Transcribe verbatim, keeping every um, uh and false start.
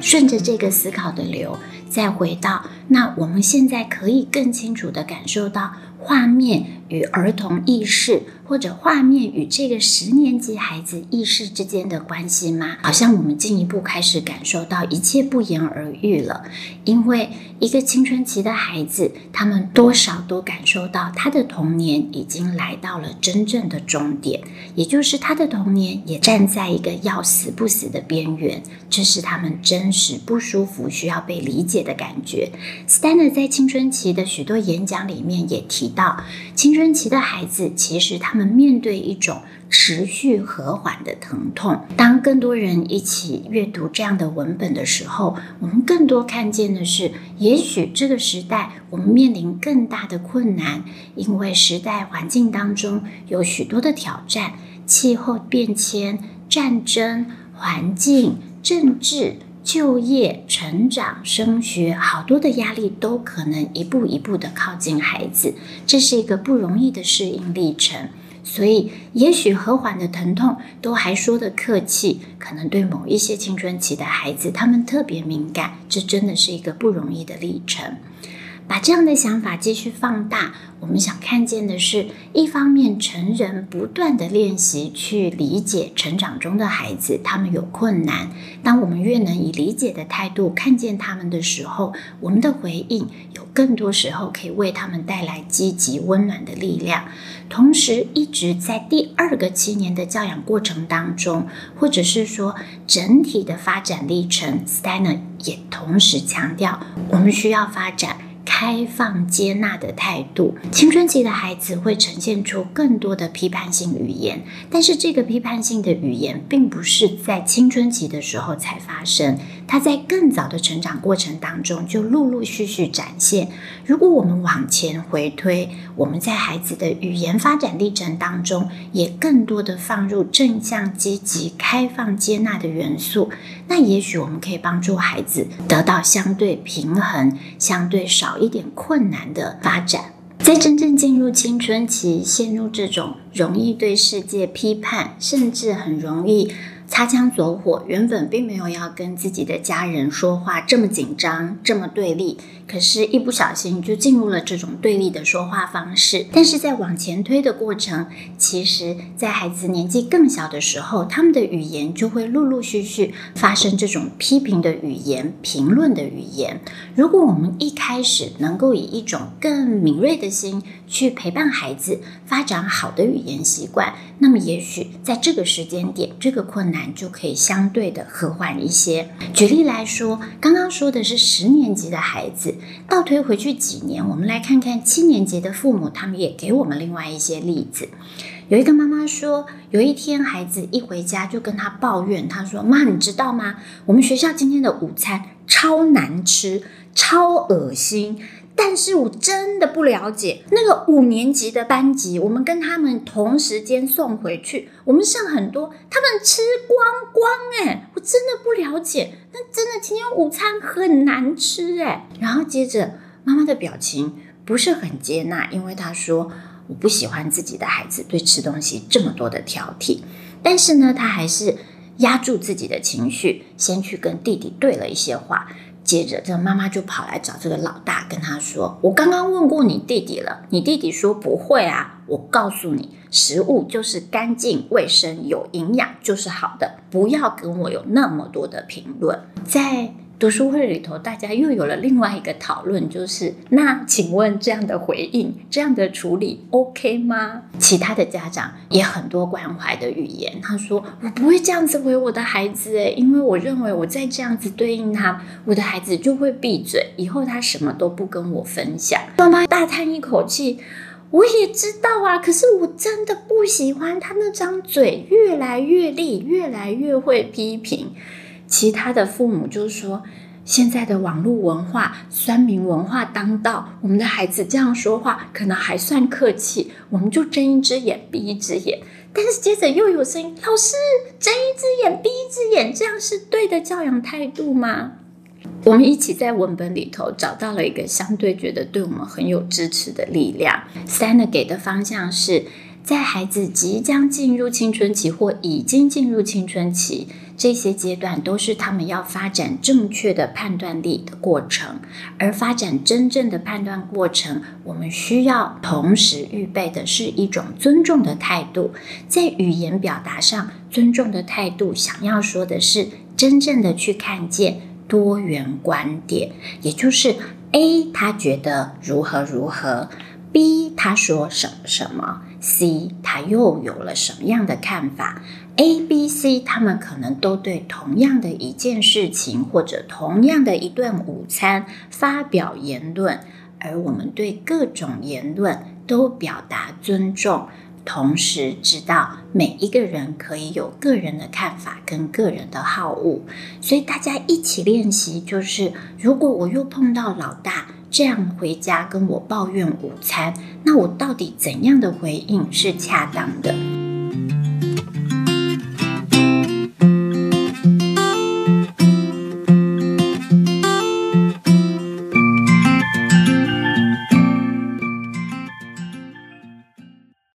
顺着这个思考的流，再回到那我们现在可以更清楚地感受到画面与儿童意识，或者画面与这个十年级孩子意识之间的关系吗？好像我们进一步开始感受到一切不言而喻了。因为一个青春期的孩子，他们多少都感受到他的童年已经来到了真正的终点，也就是他的童年也站在一个要死不死的边缘，这是他们真实不舒服需要被理解的感觉。 Steiner 在青春期的许多演讲里面也提到，青春期的孩子其实他们面对一种持续和缓的疼痛。当更多人一起阅读这样的文本的时候，我们更多看见的是，也许这个时代我们面临更大的困难，因为时代环境当中有许多的挑战，气候变迁、战争、环境、政治、就业、成长、升学，好多的压力都可能一步一步的靠近孩子，这是一个不容易的适应历程。所以也许和缓的疼痛都还说得客气，可能对某一些青春期的孩子他们特别敏感，这真的是一个不容易的历程。把这样的想法继续放大，我们想看见的是，一方面成人不断的练习去理解成长中的孩子，他们有困难，当我们越能以理解的态度看见他们的时候，我们的回应有更多时候可以为他们带来积极温暖的力量。同时一直在第二个七年的教养过程当中，或者是说整体的发展历程， Steiner 也同时强调我们需要发展开放接纳的态度。青春期的孩子会呈现出更多的批判性语言，但是这个批判性的语言并不是在青春期的时候才发生，它在更早的成长过程当中就陆陆续续展现。如果我们往前回推，我们在孩子的语言发展历程当中也更多的放入正向、积极、开放、接纳的元素，那也许我们可以帮助孩子得到相对平衡、相对少一点困难的发展。在真正进入青春期，陷入这种容易对世界批判，甚至很容易擦枪走火，原本并没有要跟自己的家人说话这么紧张这么对立，可是一不小心就进入了这种对立的说话方式。但是在往前推的过程，其实在孩子年纪更小的时候，他们的语言就会陆陆续续发生这种批评的语言、评论的语言。如果我们一开始能够以一种更敏锐的心去陪伴孩子发展好的语言习惯，那么也许在这个时间点，这个困难就可以相对的和缓一些。举例来说，刚刚说的是十年级的孩子，倒推回去几年，我们来看看七年级的父母，他们也给我们另外一些例子。有一个妈妈说，有一天孩子一回家就跟她抱怨，她说：妈，你知道吗？我们学校今天的午餐超难吃，超恶心，但是我真的不了解那个五年级的班级，我们跟他们同时间送回去，我们剩很多，他们吃光光哎，我真的不了解，那真的今天午餐很难吃哎。然后接着妈妈的表情不是很接纳，因为她说我不喜欢自己的孩子对吃东西这么多的挑剔，但是呢，她还是压住自己的情绪，先去跟弟弟对了一些话。接着这妈妈就跑来找这个老大，跟他说，我刚刚问过你弟弟了，你弟弟说不会啊，我告诉你，食物就是干净卫生有营养就是好的，不要跟我有那么多的评论。在读书会里头，大家又有了另外一个讨论，就是那请问这样的回应，这样的处理 OK 吗？其他的家长也很多关怀的语言，他说我不会这样子回我的孩子耶，因为我认为我再这样子对应他，我的孩子就会闭嘴，以后他什么都不跟我分享。妈妈大叹一口气，我也知道啊，可是我真的不喜欢他那张嘴越来越利，越来越会批评。其他的父母就说，现在的网络文化、酸民文化当道，我们的孩子这样说话可能还算客气，我们就睁一只眼闭一只眼。但是接着又有声音，老师，睁一只眼闭一只眼，这样是对的教养态度吗？我们一起在文本里头找到了一个相对觉得对我们很有支持的力量。Steiner给的方向是，在孩子即将进入青春期或已经进入青春期， 这些阶段都是他们要发展正确的判断力的过程。而发展真正的判断过程，我们需要同时预备的是一种尊重的态度。在语言表达上，尊重的态度想要说的是真正的去看见多元观点，也就是 A 他觉得如何如何， B 他说什么什么， C 他又有了什么样的看法。 A、B、C 他们可能都对同样的一件事情或者同样的一顿午餐发表言论，而我们对各种言论都表达尊重，同时知道每一个人可以有个人的看法跟个人的好恶。所以大家一起练习，就是如果我又碰到老大这样回家跟我抱怨午餐，那我到底怎样的回应是恰当的？